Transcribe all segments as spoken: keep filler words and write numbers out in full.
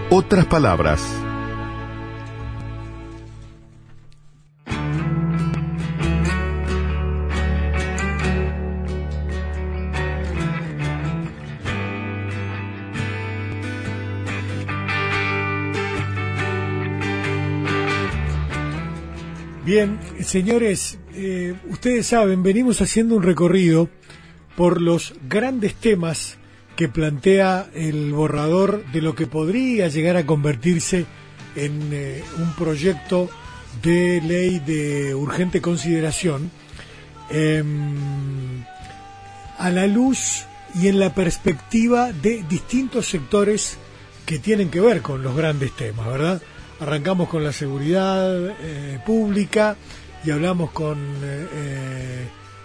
otras palabras. Bien, señores, eh, ustedes saben, venimos haciendo un recorrido por los grandes temas que plantea el borrador de lo que podría llegar a convertirse en eh, un proyecto de ley de urgente consideración, eh, a la luz y en la perspectiva de distintos sectores que tienen que ver con los grandes temas, ¿verdad? Arrancamos con la seguridad eh, pública y hablamos con eh,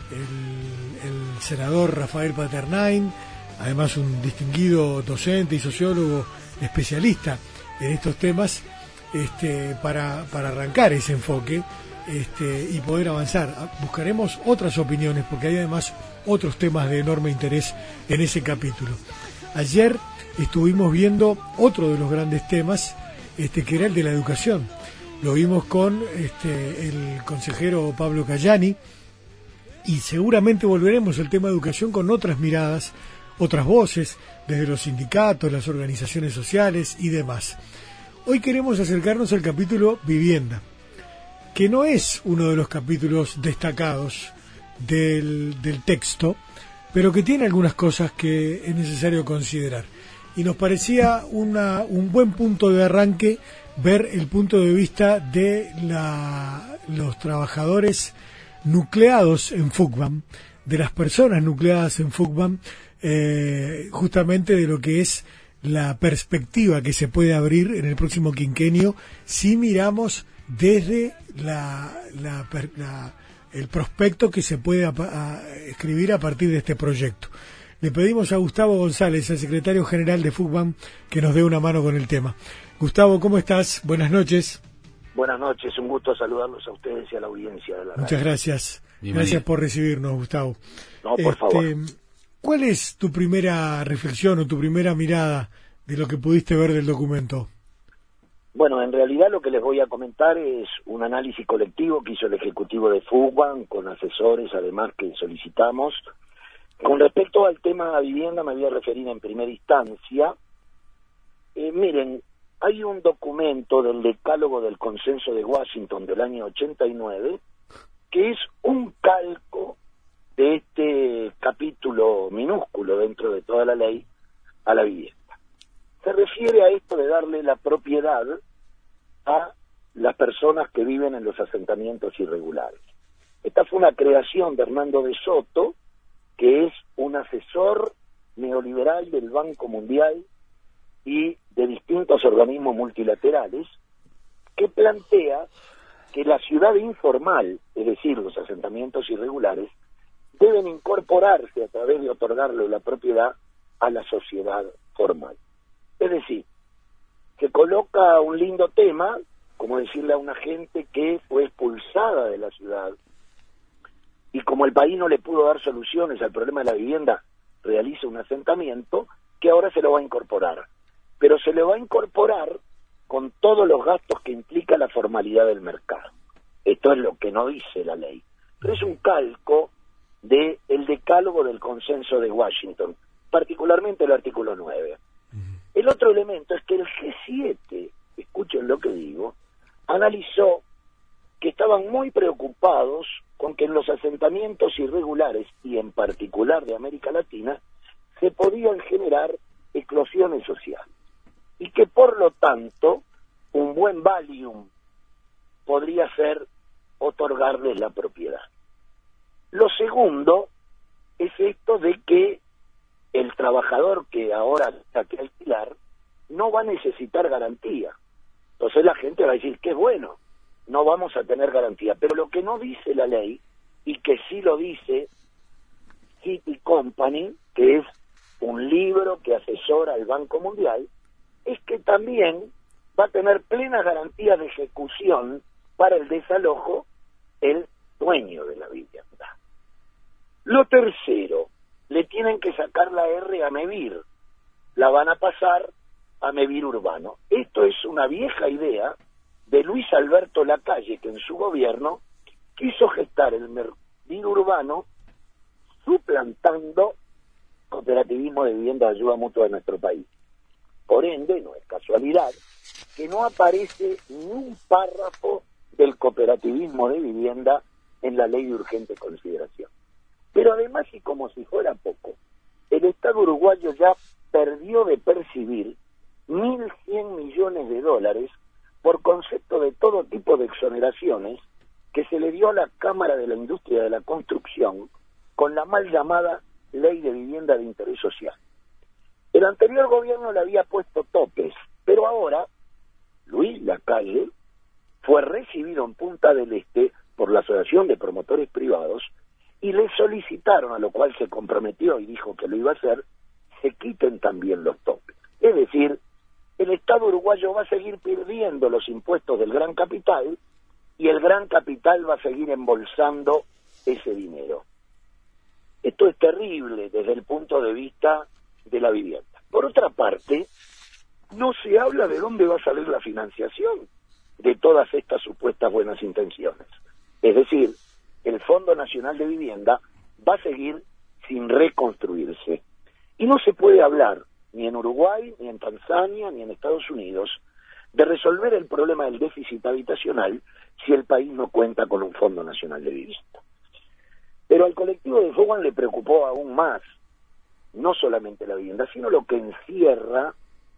el, el senador Rafael Paternain, además un distinguido docente y sociólogo especialista en estos temas, este, para, para arrancar ese enfoque este, y poder avanzar. Buscaremos otras opiniones porque hay además otros temas de enorme interés en ese capítulo. Ayer estuvimos viendo otro de los grandes temas, Este, que era el de la educación. Lo vimos con este, el consejero Pablo Cayani, y seguramente volveremos al tema de educación con otras miradas, otras voces, desde los sindicatos, las organizaciones sociales y demás. Hoy queremos acercarnos al capítulo vivienda, que no es uno de los capítulos destacados del, del texto, pero que tiene algunas cosas que es necesario considerar. Y nos parecía una, un buen punto de arranque ver el punto de vista de la, los trabajadores nucleados en FUCBAM, de las personas nucleadas en FUCBAM, eh, justamente de lo que es la perspectiva que se puede abrir en el próximo quinquenio si miramos desde la, la, la, el prospecto que se puede a, a escribir a partir de este proyecto. Le pedimos a Gustavo González, el secretario general de FUCBAM, que nos dé una mano con el tema. Gustavo, ¿cómo estás? Buenas noches. Buenas noches, un gusto saludarlos a ustedes y a la audiencia de la radio. Muchas gracias. Bienvenido. Gracias por recibirnos, Gustavo. No, por este, favor. ¿Cuál es tu primera reflexión o tu primera mirada de lo que pudiste ver del documento? Bueno, en realidad lo que les voy a comentar es un análisis colectivo que hizo el Ejecutivo de FUCBAM, con asesores además que solicitamos. Con respecto al tema vivienda, me voy a referir en primera instancia. Eh, miren, hay un documento del Decálogo del Consenso de Washington del año ochenta y nueve, que es un calco de este capítulo minúsculo dentro de toda la ley a la vivienda. Se refiere a esto de darle la propiedad a las personas que viven en los asentamientos irregulares. Esta fue una creación de Hernando de Soto, que es un asesor neoliberal del Banco Mundial y de distintos organismos multilaterales, que plantea que la ciudad informal, es decir, los asentamientos irregulares, deben incorporarse a través de otorgarle la propiedad a la sociedad formal. Es decir, se coloca un lindo tema, como decirle a una gente que fue expulsada de la ciudad, y como el país no le pudo dar soluciones al problema de la vivienda, realiza un asentamiento que ahora se lo va a incorporar. Pero se le va a incorporar con todos los gastos que implica la formalidad del mercado. Esto es lo que no dice la ley. Pero es un calco del Decálogo del Consenso de Washington, particularmente el artículo nueve. El otro elemento es que el G siete, escuchen lo que digo, analizó que estaban muy preocupados con que en los asentamientos irregulares, y en particular de América Latina, se podían generar eclosiones sociales, y que por lo tanto un buen valium podría ser otorgarles la propiedad. Lo segundo es esto de que el trabajador que ahora tenga que alquilar no va a necesitar garantía. Entonces la gente va a decir que es bueno, no vamos a tener garantía. Pero lo que no dice la ley, y que sí lo dice City Company, que es un libro que asesora al Banco Mundial, es que también va a tener plenas garantías de ejecución para el desalojo el dueño de la vivienda. Lo tercero, le tienen que sacar la R a MEVIR, la van a pasar a Mevir Urbano. Esto es una vieja idea de Luis Alberto Lacalle, que en su gobierno quiso gestar el Mevir Urbano suplantando cooperativismo de vivienda de ayuda mutua de nuestro país. Por ende, no es casualidad que no aparece ni un párrafo del cooperativismo de vivienda en la ley de urgente consideración. Pero además, y como si fuera poco, el Estado uruguayo ya perdió de percibir mil cien millones de dólares por concepto de todo tipo de exoneraciones que se le dio a la Cámara de la Industria de la Construcción con la mal llamada Ley de Vivienda de Interés Social. El anterior gobierno le había puesto topes, pero ahora Luis Lacalle fue recibido en Punta del Este por la Asociación de Promotores Privados y le solicitaron, a lo cual se comprometió y dijo que lo iba a hacer, se quiten también los topes. Es decir, el Estado uruguayo va a seguir perdiendo los impuestos del gran capital y el gran capital va a seguir embolsando ese dinero. Esto es terrible desde el punto de vista de la vivienda. Por otra parte, no se habla de dónde va a salir la financiación de todas estas supuestas buenas intenciones. Es decir, el Fondo Nacional de Vivienda va a seguir sin reconstruirse. Y no se puede hablar, ni en Uruguay, ni en Tanzania, ni en Estados Unidos, de resolver el problema del déficit habitacional si el país no cuenta con un Fondo Nacional de Vivienda. Pero al colectivo de Fogán le preocupó aún más, no solamente la vivienda, sino lo que encierra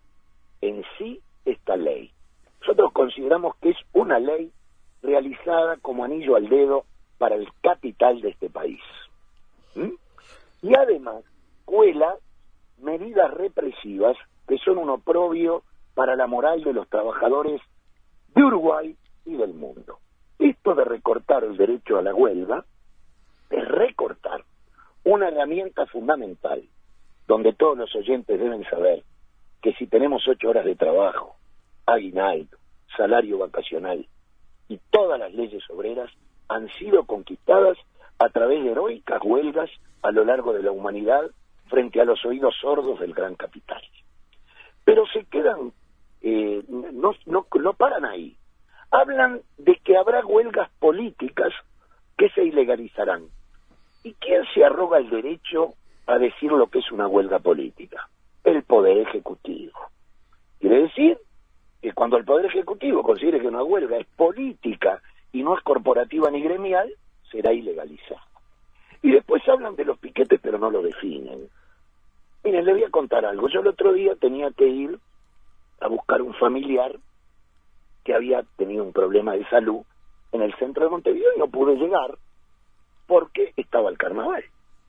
en sí esta ley. Nosotros consideramos que es una ley realizada como anillo al dedo para el capital de este país. ¿Mm? Y además cuela medidas represivas que son un oprobio para la moral de los trabajadores de Uruguay y del mundo. Esto de recortar el derecho a la huelga es recortar una herramienta fundamental donde todos los oyentes deben saber que si tenemos ocho horas de trabajo, aguinaldo, salario vacacional y todas las leyes obreras han sido conquistadas a través de heroicas huelgas a lo largo de la humanidad frente a los oídos sordos del gran capital. Pero se quedan, eh, no, no, no paran ahí. Hablan de que habrá huelgas políticas que se ilegalizarán. ¿Y quién se arroga el derecho a decir lo que es una huelga política? El Poder Ejecutivo. Quiere decir que cuando el Poder Ejecutivo considere que una huelga es política y no es corporativa ni gremial, será ilegalizada. Y después hablan de los piquetes, pero no lo definen. Miren, les voy a contar algo. Yo el otro día tenía que ir a buscar un familiar que había tenido un problema de salud en el centro de Montevideo y no pude llegar porque estaba el carnaval.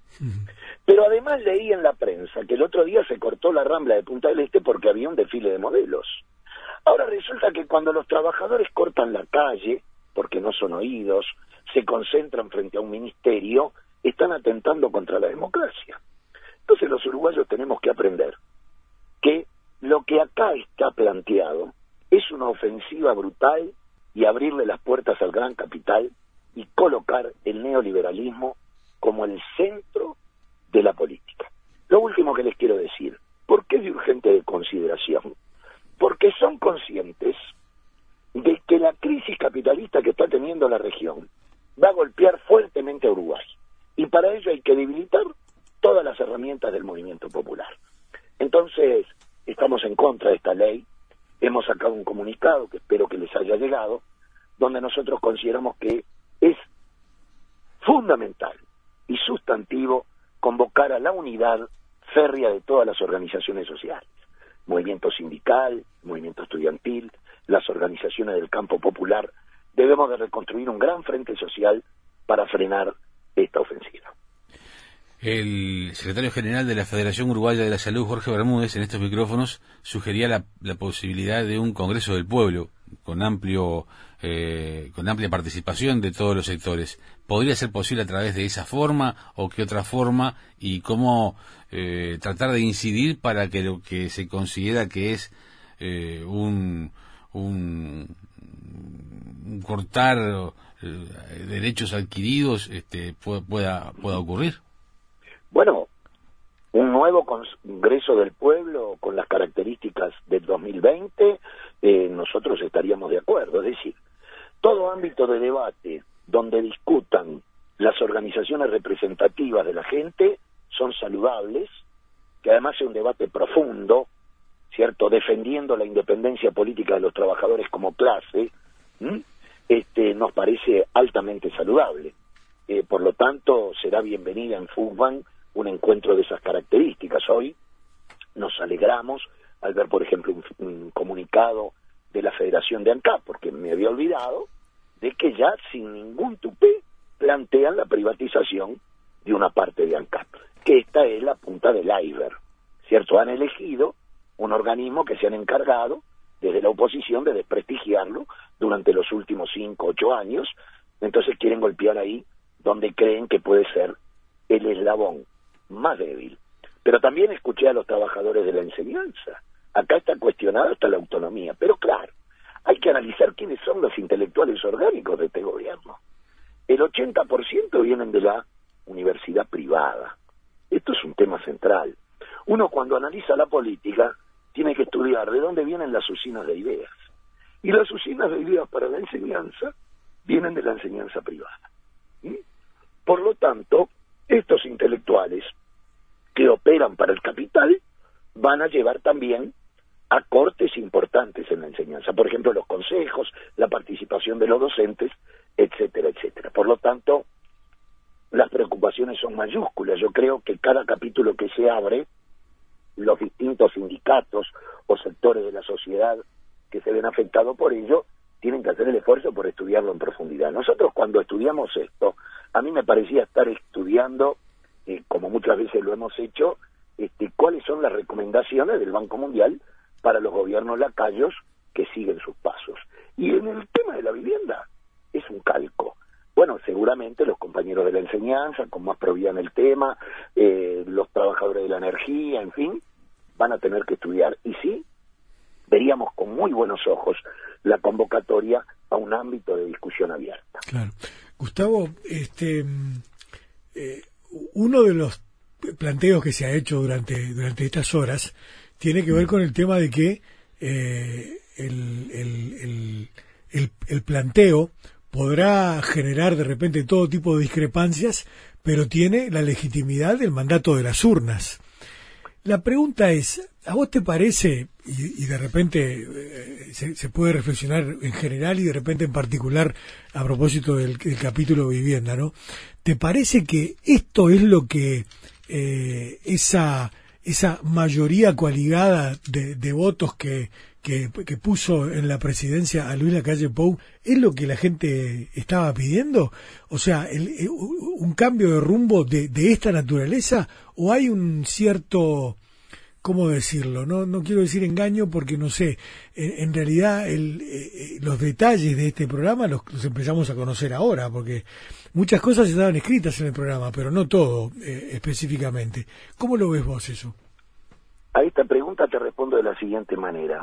Pero además leí en la prensa que el otro día se cortó la Rambla de Punta del Este porque había un desfile de modelos. Ahora resulta que cuando los trabajadores cortan la calle, porque no son oídos, se concentran frente a un ministerio, están atentando contra la democracia. Entonces los uruguayos tenemos que aprender que lo que acá está planteado es una ofensiva brutal y abrirle las puertas al gran capital y colocar el neoliberalismo como el centro de la política. Lo último que les quiero decir, ¿por qué es de urgente de consideración? Porque son conscientes de que la crisis capitalista que está teniendo la región va a golpear fuertemente a Uruguay. Y para ello hay que debilitar todas las herramientas del movimiento popular. Entonces, estamos en contra de esta ley. Hemos sacado un comunicado que espero que les haya llegado, donde nosotros consideramos que es fundamental y sustantivo convocar a la unidad férrea de todas las organizaciones sociales, movimiento sindical, movimiento estudiantil, las organizaciones del campo popular. Debemos de reconstruir un gran frente social para frenar esta ofensiva. El secretario general de la Federación Uruguaya de la Salud, Jorge Bermúdez, en estos micrófonos sugería la, la posibilidad de un Congreso del Pueblo con amplio eh, con amplia participación de todos los sectores. ¿Podría ser posible a través de esa forma o qué otra forma? ¿Y cómo eh, tratar de incidir para que lo que se considera que es eh, un, un, un cortar eh, derechos adquiridos este, pueda, pueda ocurrir? Bueno, un nuevo Congreso del Pueblo con las características del dos mil veinte, eh, nosotros estaríamos de acuerdo. Es decir, todo ámbito de debate donde discutan las organizaciones representativas de la gente son saludables, que además sea un debate profundo, ¿cierto?, defendiendo la independencia política de los trabajadores como clase, ¿m? este nos parece altamente saludable. Eh, por lo tanto, será bienvenida en FUSBAN un encuentro de esas características. Hoy nos alegramos al ver, por ejemplo, un, un comunicado de la Federación de ANCAP, porque me había olvidado de que ya sin ningún tupé plantean la privatización de una parte de ANCAP, que esta es la punta del iceberg, ¿cierto? Han elegido un organismo que se han encargado desde la oposición de desprestigiarlo durante los últimos cinco, ocho años, entonces quieren golpear ahí donde creen que puede ser el eslabón más débil. Pero también escuché a los trabajadores de la enseñanza. Acá está cuestionada hasta la autonomía, pero claro, hay que analizar quiénes son los intelectuales orgánicos de este gobierno. El ochenta por ciento vienen de la universidad privada. Esto es un tema central. Uno cuando analiza la política tiene que estudiar de dónde vienen las usinas de ideas. Y las usinas de ideas para la enseñanza vienen de la enseñanza privada. ¿Mm? Por lo tanto, estos intelectuales que operan para el capital van a llevar también a cortes importantes en la enseñanza. Por ejemplo, los consejos, la participación de los docentes, etcétera, etcétera. Por lo tanto, las preocupaciones son mayúsculas. Yo creo que cada capítulo que se abre, los distintos sindicatos o sectores de la sociedad que se ven afectados por ello, tienen que hacer el esfuerzo por estudiarlo en profundidad. Nosotros cuando estudiamos esto, a mí me parecía estar estudiando, eh, como muchas veces lo hemos hecho, este, cuáles son las recomendaciones del Banco Mundial para los gobiernos lacayos que siguen sus pasos. Y en el tema de la vivienda, es un calco. Bueno, seguramente los compañeros de la enseñanza, con más probidad en el tema, eh, los trabajadores de la energía, en fin, van a tener que estudiar. Y sí, veríamos con muy buenos ojos la convocatoria a un ámbito de discusión abierta. Claro. Gustavo, este, eh, uno de los planteos que se ha hecho durante, durante estas horas tiene que ver con el tema de que eh, el, el, el, el, el planteo podrá generar de repente todo tipo de discrepancias, pero tiene la legitimidad del mandato de las urnas. La pregunta es, ¿a vos te parece, y, y de repente eh, se, se puede reflexionar en general y de repente en particular a propósito del, del capítulo vivienda, ¿no? ¿Te parece que esto es lo que eh, esa esa mayoría coaligada de, de votos que, que, que puso en la presidencia a Luis Lacalle Pou es lo que la gente estaba pidiendo? O sea, el, el, un cambio de rumbo de, de esta naturaleza, o hay un cierto, ¿cómo decirlo? No, no quiero decir engaño porque no sé, en, en realidad el, eh, los detalles de este programa los, los empezamos a conocer ahora, porque muchas cosas estaban escritas en el programa, pero no todo eh, específicamente. ¿Cómo lo ves vos eso? A esta pregunta te respondo de la siguiente manera.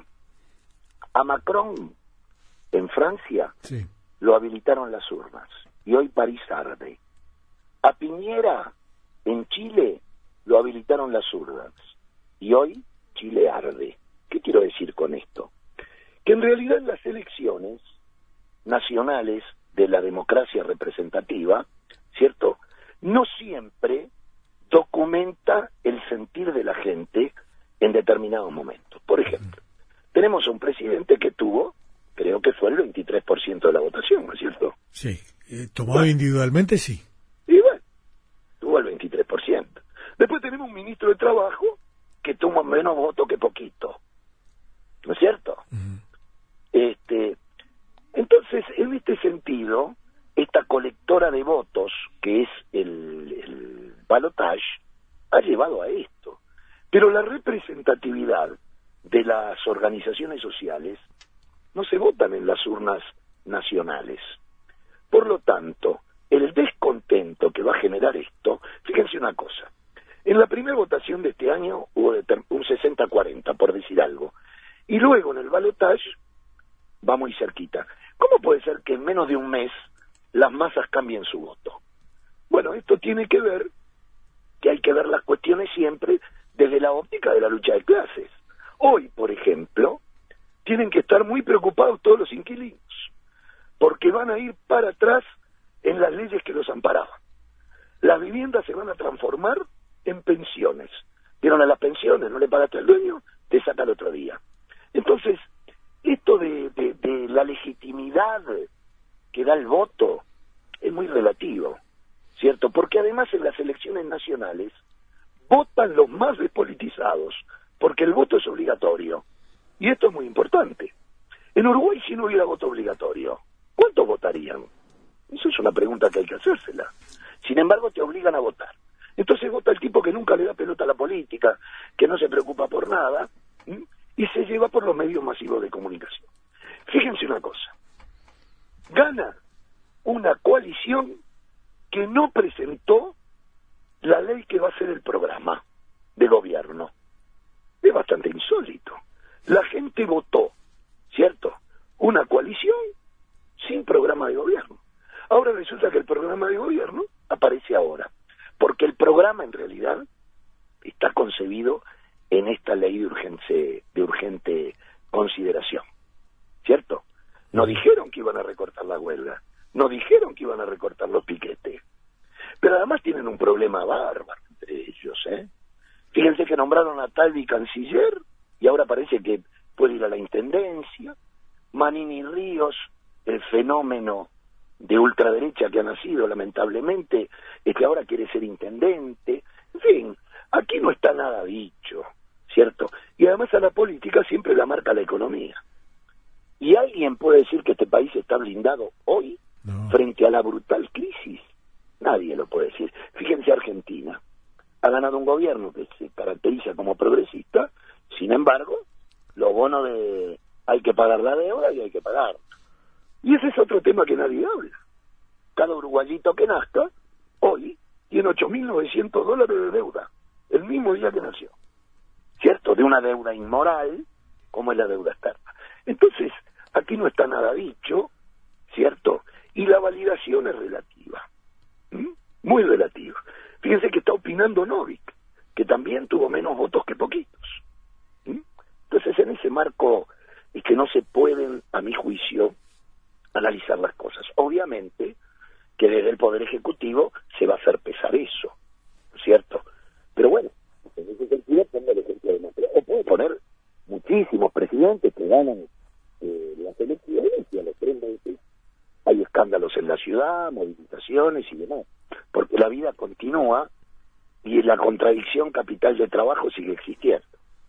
A Macron, en Francia, sí, lo habilitaron las urnas, y hoy París arde. A Piñera, en Chile, lo habilitaron las urnas, y hoy Chile arde. ¿Qué quiero decir con esto? Que en realidad las elecciones nacionales de la democracia representativa, ¿cierto?, no siempre documenta el sentir de la gente en determinados momentos. Por ejemplo, tenemos a un presidente que tuvo, creo que fue el veintitrés por ciento de la votación, ¿no es cierto? Sí, eh, tomado bueno, individualmente, sí. Y bueno, tuvo el veintitrés por ciento. Después tenemos un ministro de Trabajo que tuvo menos votos que poquito, ¿no es cierto? Uh-huh. Este, entonces, en este sentido, esta colectora de votos, que es el, el balotage, ha llevado a esto. Pero la representatividad de las organizaciones sociales no se votan en las urnas nacionales. Por lo tanto, el descontento que va a generar esto, fíjense una cosa, en la primera votación de este año hubo un sesenta cuarenta, por decir algo, y luego en el balotage va muy cerquita. ¿Cómo puede ser que en menos de un mes las masas cambien su voto? Bueno, esto tiene que ver que hay que ver las cuestiones siempre desde la óptica de la lucha de clases. Hoy, por ejemplo, tienen que estar muy preocupados todos los inquilinos, porque van a ir para atrás en las leyes que los amparaban. Las viviendas se van a transformar en pensiones. ¿Vieron a las pensiones? ¿No le pagaste al dueño? Te saca el otro día. Entonces, esto de, de, de la legitimidad que da el voto es muy relativo, ¿cierto? Porque además en las elecciones nacionales votan los más despolitizados, porque el voto es obligatorio. Y esto es muy importante. En Uruguay, si no hubiera voto obligatorio, ¿cuántos votarían? Eso es una pregunta que hay que hacérsela. Sin embargo, te obligan a votar. Entonces vota el tipo que nunca le da pelota a la política, que no se preocupa por nada, ¿m? y se lleva por los medios masivos de comunicación. Fíjense una cosa. Gana una coalición que no presentó la ley que va a ser el programa de gobierno. Es bastante insólito. La gente votó, ¿cierto?, una coalición sin programa de gobierno. Ahora resulta que el programa de gobierno aparece ahora, porque el programa en realidad está concebido en esta ley de urgente, de urgente consideración, ¿cierto? No dijeron que iban a recortar la huelga, no dijeron que iban a recortar los piquetes, pero además tienen un problema bárbaro entre ellos, ¿eh? Fíjense que nombraron a Talvi canciller y ahora parece que puede ir a la intendencia. Manini Ríos, el fenómeno de ultraderecha que ha nacido lamentablemente, es que ahora quiere ser intendente. En fin, aquí no está nada dicho, ¿cierto? Y además a la política siempre la marca la economía. ¿Y alguien puede decir que este país está blindado hoy no. frente a la brutal crisis? Nadie lo puede decir. Fíjense, Argentina ha ganado un gobierno que se caracteriza como progresista, sin embargo, lo bueno de hay que pagar la deuda y hay que pagar. Y ese es otro tema que nadie habla. Cada uruguayito que nazca, hoy, tiene ocho mil novecientos dólares de deuda, el mismo día que nació. ¿Cierto? De una deuda inmoral, como es la deuda externa. Entonces, aquí no está nada dicho, ¿cierto? Y la validación es relativa. ¿Mm? Muy relativa. Fíjense que está opinando Novik, que también tuvo menos votos que poquitos. ¿Mm? Entonces, en ese marco es que no se pueden, a mi juicio, analizar las cosas. Obviamente que desde el Poder Ejecutivo se va a hacer pesar eso, ¿cierto? Pero bueno, en ese sentido pongo el ejemplo de Macri. O puedo poner muchísimos presidentes que ganan eh, las elecciones y a los tres meses hay escándalos en la ciudad, movilizaciones y demás. Porque la vida continúa y la contradicción capital de trabajo sigue existiendo.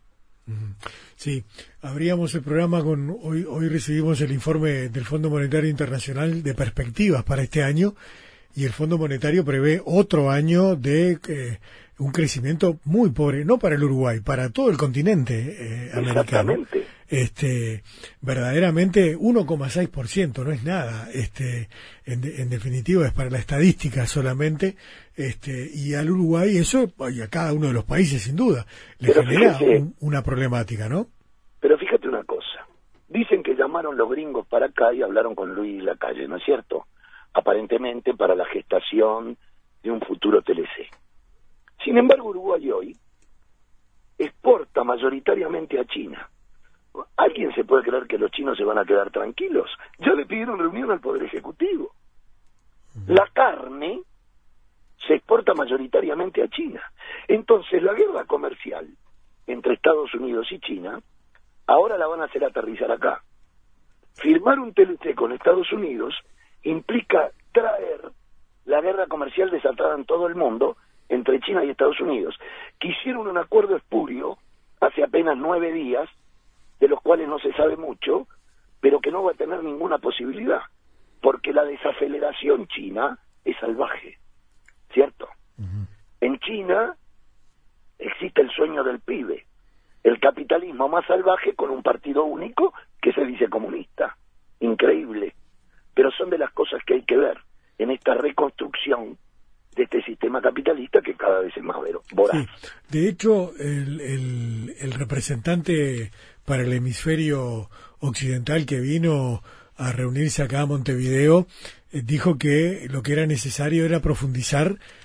Sí, abríamos el programa con, hoy, hoy recibimos el informe del Fondo Monetario Internacional de perspectivas para este año y el Fondo Monetario prevé otro año de eh, un crecimiento muy pobre, no para el Uruguay, para todo el continente eh, americano. Este, verdaderamente uno coma seis por ciento, no es nada, este, en, de, en definitiva es para la estadística solamente, este, y al Uruguay eso, y a cada uno de los países sin duda, le Pero genera fíjese, un, una problemática, ¿no? Pero fíjate una cosa, dicen que llamaron los gringos para acá y hablaron con Luis Lacalle, ¿no es cierto? Aparentemente para la gestación de un futuro T L C. Sin embargo, Uruguay hoy exporta mayoritariamente a China. ¿Alguien se puede creer que los chinos se van a quedar tranquilos? Ya le pidieron reunión al Poder Ejecutivo. La carne se exporta mayoritariamente a China. Entonces, la guerra comercial entre Estados Unidos y China, ahora la van a hacer aterrizar acá. Firmar un T L C con Estados Unidos implica traer la guerra comercial desatada en todo el mundo entre China y Estados Unidos, que hicieron un acuerdo espurio hace apenas nueve días, de los cuales no se sabe mucho, pero que no va a tener ninguna posibilidad, porque la desaceleración china es salvaje, ¿cierto? Uh-huh. En China existe el sueño del pibe, el capitalismo más salvaje con un partido único que se dice comunista. Increíble, pero son de las cosas que hay que ver en esta reconstrucción de este sistema capitalista que cada vez es más voraz. Sí. De hecho, el, el, el representante para el hemisferio occidental que vino a reunirse acá a Montevideo eh, dijo que lo que era necesario era profundizar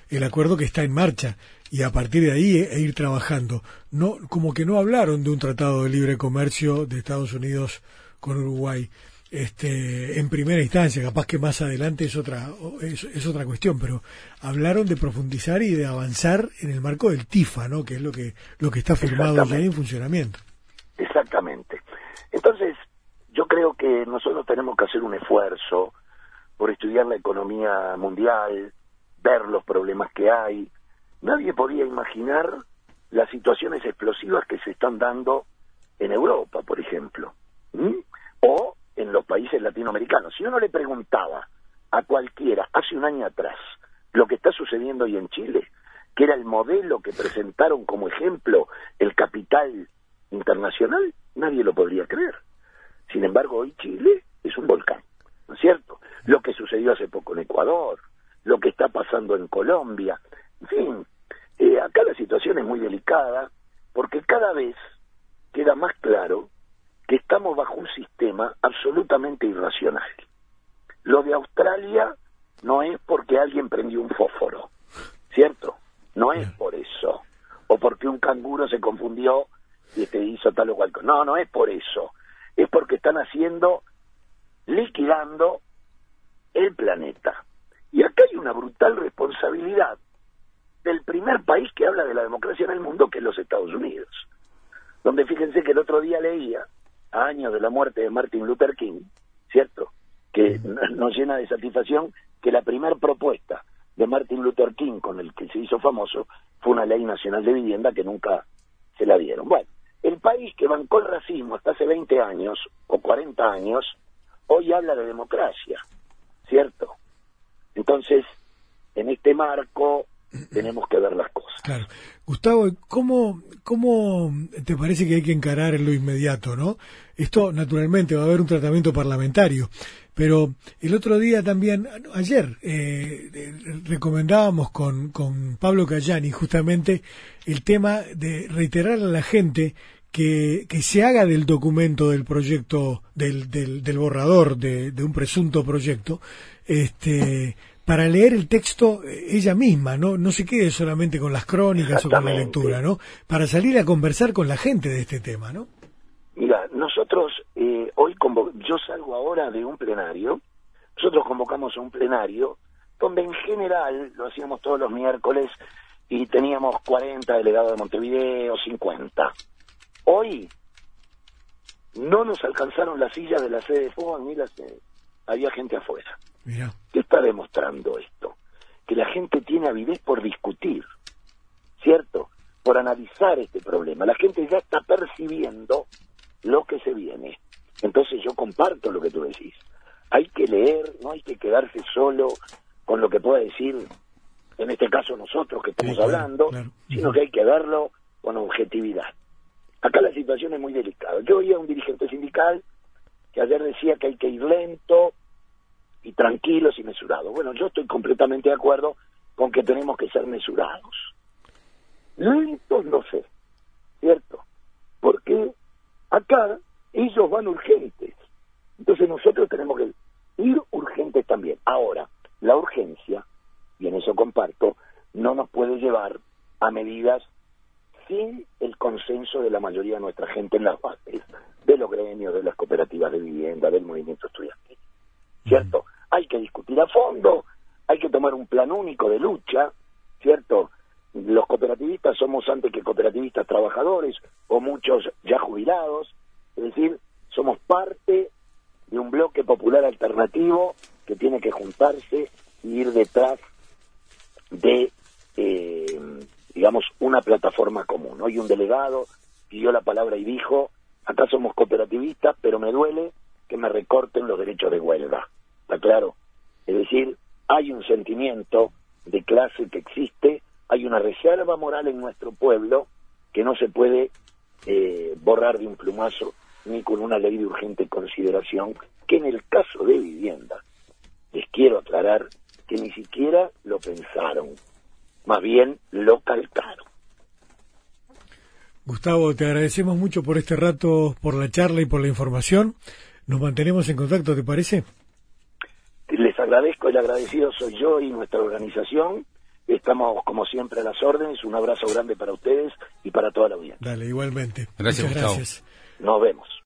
el acuerdo que está en marcha y a partir de ahí e, e ir trabajando. No, como que no hablaron de un tratado de libre comercio de Estados Unidos con Uruguay. Este, en primera instancia, capaz que más adelante es otra es, es otra cuestión, pero hablaron de profundizar y de avanzar en el marco del TIFA, ¿no? Que es lo que lo que está firmado ya en funcionamiento. Exactamente. Entonces, yo creo que nosotros tenemos que hacer un esfuerzo por estudiar la economía mundial, ver los problemas que hay. Nadie podía imaginar las situaciones explosivas que se están dando en Europa, por ejemplo, ¿Mm? o en los países latinoamericanos. Si uno le preguntaba a cualquiera hace un año atrás lo que está sucediendo hoy en Chile, que era el modelo que presentaron como ejemplo el capital internacional, nadie lo podría creer. Sin embargo, hoy Chile es un volcán, ¿no es cierto? Lo que sucedió hace poco en Ecuador, lo que está pasando en Colombia, en fin, eh, acá la situación es muy delicada porque cada vez queda más claro que estamos bajo un sistema absolutamente irracional. Lo de Australia no es porque alguien prendió un fósforo, ¿cierto? No es por eso, o porque un canguro se confundió y te hizo tal o cual cosa. No, no es por eso. Es porque están haciendo, liquidando el planeta. Y acá hay una brutal responsabilidad del primer país que habla de la democracia en el mundo, que es los Estados Unidos. Donde fíjense que el otro día leía, a años de la muerte de Martin Luther King, ¿cierto? Que nos llena de satisfacción que la primera propuesta de Martin Luther King con el que se hizo famoso fue una ley nacional de vivienda que nunca se la dieron. Bueno, el país que bancó el racismo hasta hace veinte años o cuarenta años, hoy habla de democracia, ¿cierto? Entonces, en este marco tenemos que ver las cosas. Claro. Gustavo, ¿cómo, ¿cómo te parece que hay que encarar en lo inmediato, no? Esto, naturalmente, va a haber un tratamiento parlamentario, pero el otro día también, ayer, eh, recomendábamos con, con Pablo Cayani justamente el tema de reiterar a la gente que, que se haga del documento del proyecto, del, del, del borrador de, de un presunto proyecto, este... para leer el texto ella misma, no no se quede solamente con las crónicas o con la lectura, ¿no? Para salir a conversar con la gente de este tema, ¿no? Mira, nosotros eh, hoy, convo- yo salgo ahora de un plenario, nosotros convocamos a un plenario donde en general lo hacíamos todos los miércoles y teníamos cuarenta delegados de Montevideo, cincuenta. Hoy no nos alcanzaron las sillas de la sede de Fugan ni la sede, había gente afuera. Mirá. ¿Qué está demostrando esto? Que la gente tiene avidez por discutir, ¿cierto? Por analizar este problema. La gente ya está percibiendo lo que se viene. Entonces yo comparto lo que tú decís. Hay que leer, no hay que quedarse solo con lo que pueda decir, en este caso nosotros que estamos sí, claro, hablando, claro. sino que hay que verlo con objetividad. Acá la situación es muy delicada. Yo oía a un dirigente sindical que ayer decía que hay que ir lento y tranquilos y mesurados. Bueno, yo estoy completamente de acuerdo con que tenemos que ser mesurados. Lentos no sé, ¿cierto? Porque acá ellos van urgentes. Entonces nosotros tenemos que ir urgentes también. Ahora, la urgencia, y en eso comparto, no nos puede llevar a medidas sin el consenso de la mayoría de nuestra gente en las bases, de los gremios, de las cooperativas de vivienda, del movimiento estudiantil. ¿Cierto? Hay que discutir a fondo, hay que tomar un plan único de lucha, ¿cierto? Los cooperativistas somos antes que cooperativistas trabajadores, o muchos ya jubilados, es decir, somos parte de un bloque popular alternativo que tiene que juntarse y ir detrás de, eh, digamos, una plataforma común. Hoy un delegado pidió la palabra y dijo, acá somos cooperativistas, pero me duele que me recorten los derechos de huelga. ¿Está claro? Es decir, hay un sentimiento de clase que existe, hay una reserva moral en nuestro pueblo que no se puede eh, borrar de un plumazo ni con una ley de urgente consideración, que en el caso de vivienda, les quiero aclarar que ni siquiera lo pensaron, más bien lo calcaron. Gustavo, te agradecemos mucho por este rato, por la charla y por la información. Nos mantenemos en contacto, ¿te parece? Les agradezco, el agradecido soy yo y nuestra organización. estamos como siempre a las órdenes. Un abrazo grande para ustedes y para toda la audiencia. Dale, igualmente. Gracias, Muchas Gustavo. gracias. Nos vemos.